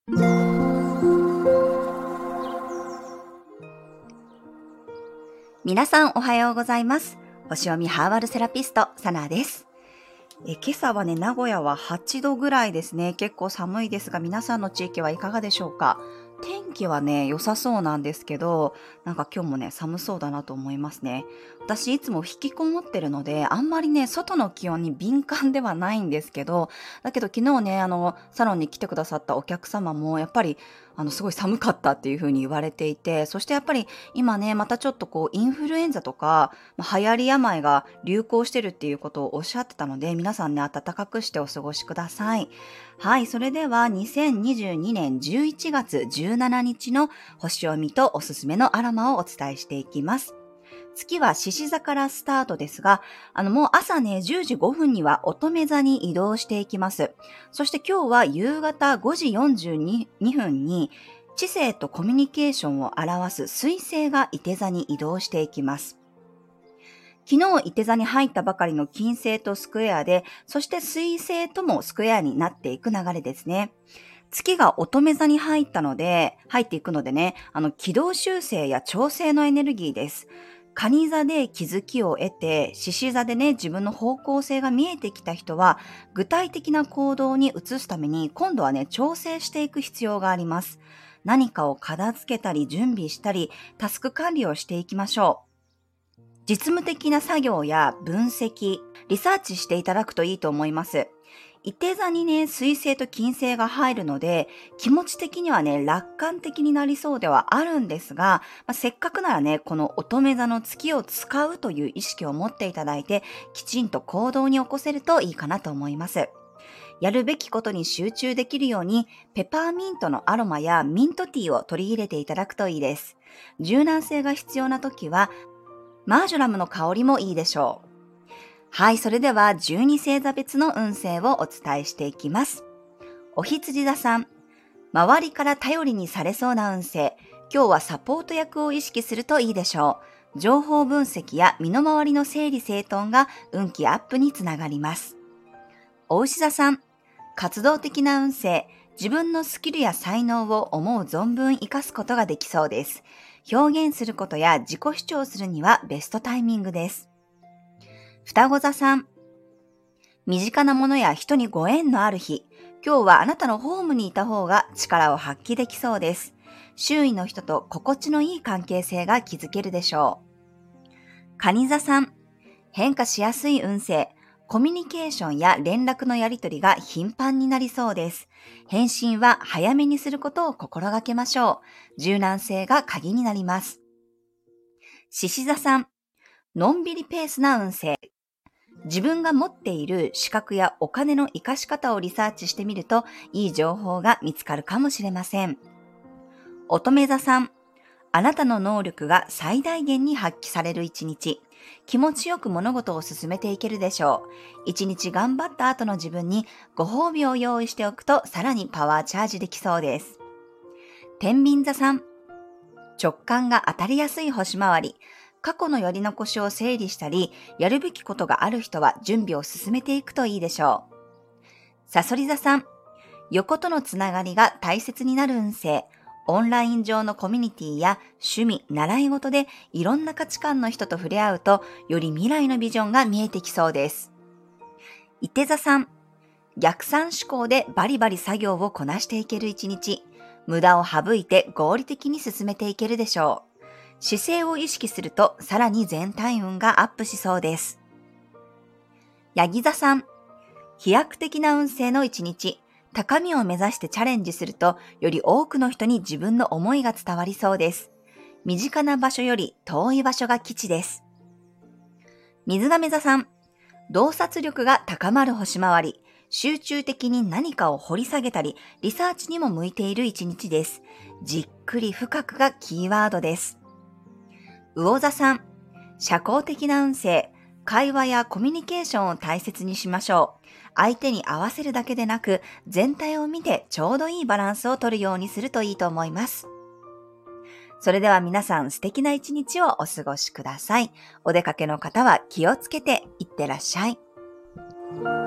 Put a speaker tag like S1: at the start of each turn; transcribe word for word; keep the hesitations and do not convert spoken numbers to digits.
S1: 皆さんおはようございます。星読みハーバルセラピスト、サナです。え今朝はね、名古屋ははちどぐらいですね。結構寒いですが、皆さんの地域はいかがでしょうか。天気はね、良さそうなんですけど、なんか今日もね、寒そうだなと思いますね。私いつも引きこもってるので、あんまりね、外の気温に敏感ではないんですけど、だけど昨日ね、あの、サロンに来てくださったお客様も、やっぱり、あの、すごい寒かったっていう風に言われていて、そしてやっぱり今ね、またちょっとこう、インフルエンザとか、まあ流行り病が流行してるっていうことをおっしゃってたので、皆さんね、暖かくしてお過ごしください。はい、それではにせんにじゅうにねんじゅういちがつじゅうしちにちの星読みとおすすめのアロマをお伝えしていきます。月は獅子座からスタートですが、あのもう朝ね、じゅうじごふんには乙女座に移動していきます。そして今日は夕方ごじよんじゅうにふんに知性とコミュニケーションを表す水星がいて座に移動していきます。昨日、いて座に入ったばかりの金星とスクエアで、そして水星ともスクエアになっていく流れですね。月が乙女座に入ったので、入っていくのでね、あの、軌道修正や調整のエネルギーです。蟹座で気づきを得て、獅子座でね、自分の方向性が見えてきた人は、具体的な行動に移すために、今度はね、調整していく必要があります。何かを片付けたり、準備したり、タスク管理をしていきましょう。実務的な作業や分析、リサーチしていただくといいと思います。いて座にね、水星と金星が入るので、気持ち的にはね、楽観的になりそうではあるんですが、まあ、せっかくならね、この乙女座の月を使うという意識を持っていただいて、きちんと行動に起こせるといいかなと思います。やるべきことに集中できるように、ペパーミントのアロマやミントティーを取り入れていただくといいです。柔軟性が必要な時は、マージョラムの香りもいいでしょう。はい、それではじゅうに星座別の運勢をお伝えしていきます。お羊座さん、周りから頼りにされそうな運勢。今日はサポート役を意識するといいでしょう。情報分析や身の回りの整理整頓が運気アップにつながります。お牛座さん、活動的な運勢。自分のスキルや才能を思う存分活かすことができそうです。表現することや自己主張するにはベストタイミングです。双子座さん、身近なものや人にご縁のある日。今日はあなたのホームにいた方が力を発揮できそうです。周囲の人と心地のいい関係性が築けるでしょう。蟹座さん、変化しやすい運勢。コミュニケーションや連絡のやり取りが頻繁になりそうです。返信は早めにすることを心がけましょう。柔軟性が鍵になります。獅子座さん、のんびりペースな運勢。自分が持っている資格やお金の活かし方をリサーチしてみるといい情報が見つかるかもしれません。乙女座さん、あなたの能力が最大限に発揮される一日。気持ちよく物事を進めていけるでしょう。一日頑張った後の自分にご褒美を用意しておくとさらにパワーチャージできそうです。天秤座さん、直感が当たりやすい星回り。過去のやり残しを整理したり、やるべきことがある人は準備を進めていくといいでしょう。さそり座さん、横とのつながりが大切になる運勢。オンライン上のコミュニティや趣味、習い事でいろんな価値観の人と触れ合うと、より未来のビジョンが見えてきそうです。いて座さん、逆算思考でバリバリ作業をこなしていける一日。無駄を省いて合理的に進めていけるでしょう。姿勢を意識するとさらに全体運がアップしそうです。ヤギ座さん、飛躍的な運勢の一日。高みを目指してチャレンジすると、より多くの人に自分の思いが伝わりそうです。身近な場所より遠い場所が基地です。水亀座さん、洞察力が高まる星回り。集中的に何かを掘り下げたり、リサーチにも向いている一日です。じっくり深くがキーワードです。魚座さん、社交的な運勢。会話やコミュニケーションを大切にしましょう。相手に合わせるだけでなく、全体を見てちょうどいいバランスを取るようにするといいと思います。それでは皆さん素敵な一日をお過ごしください。お出かけの方は気をつけていってらっしゃい。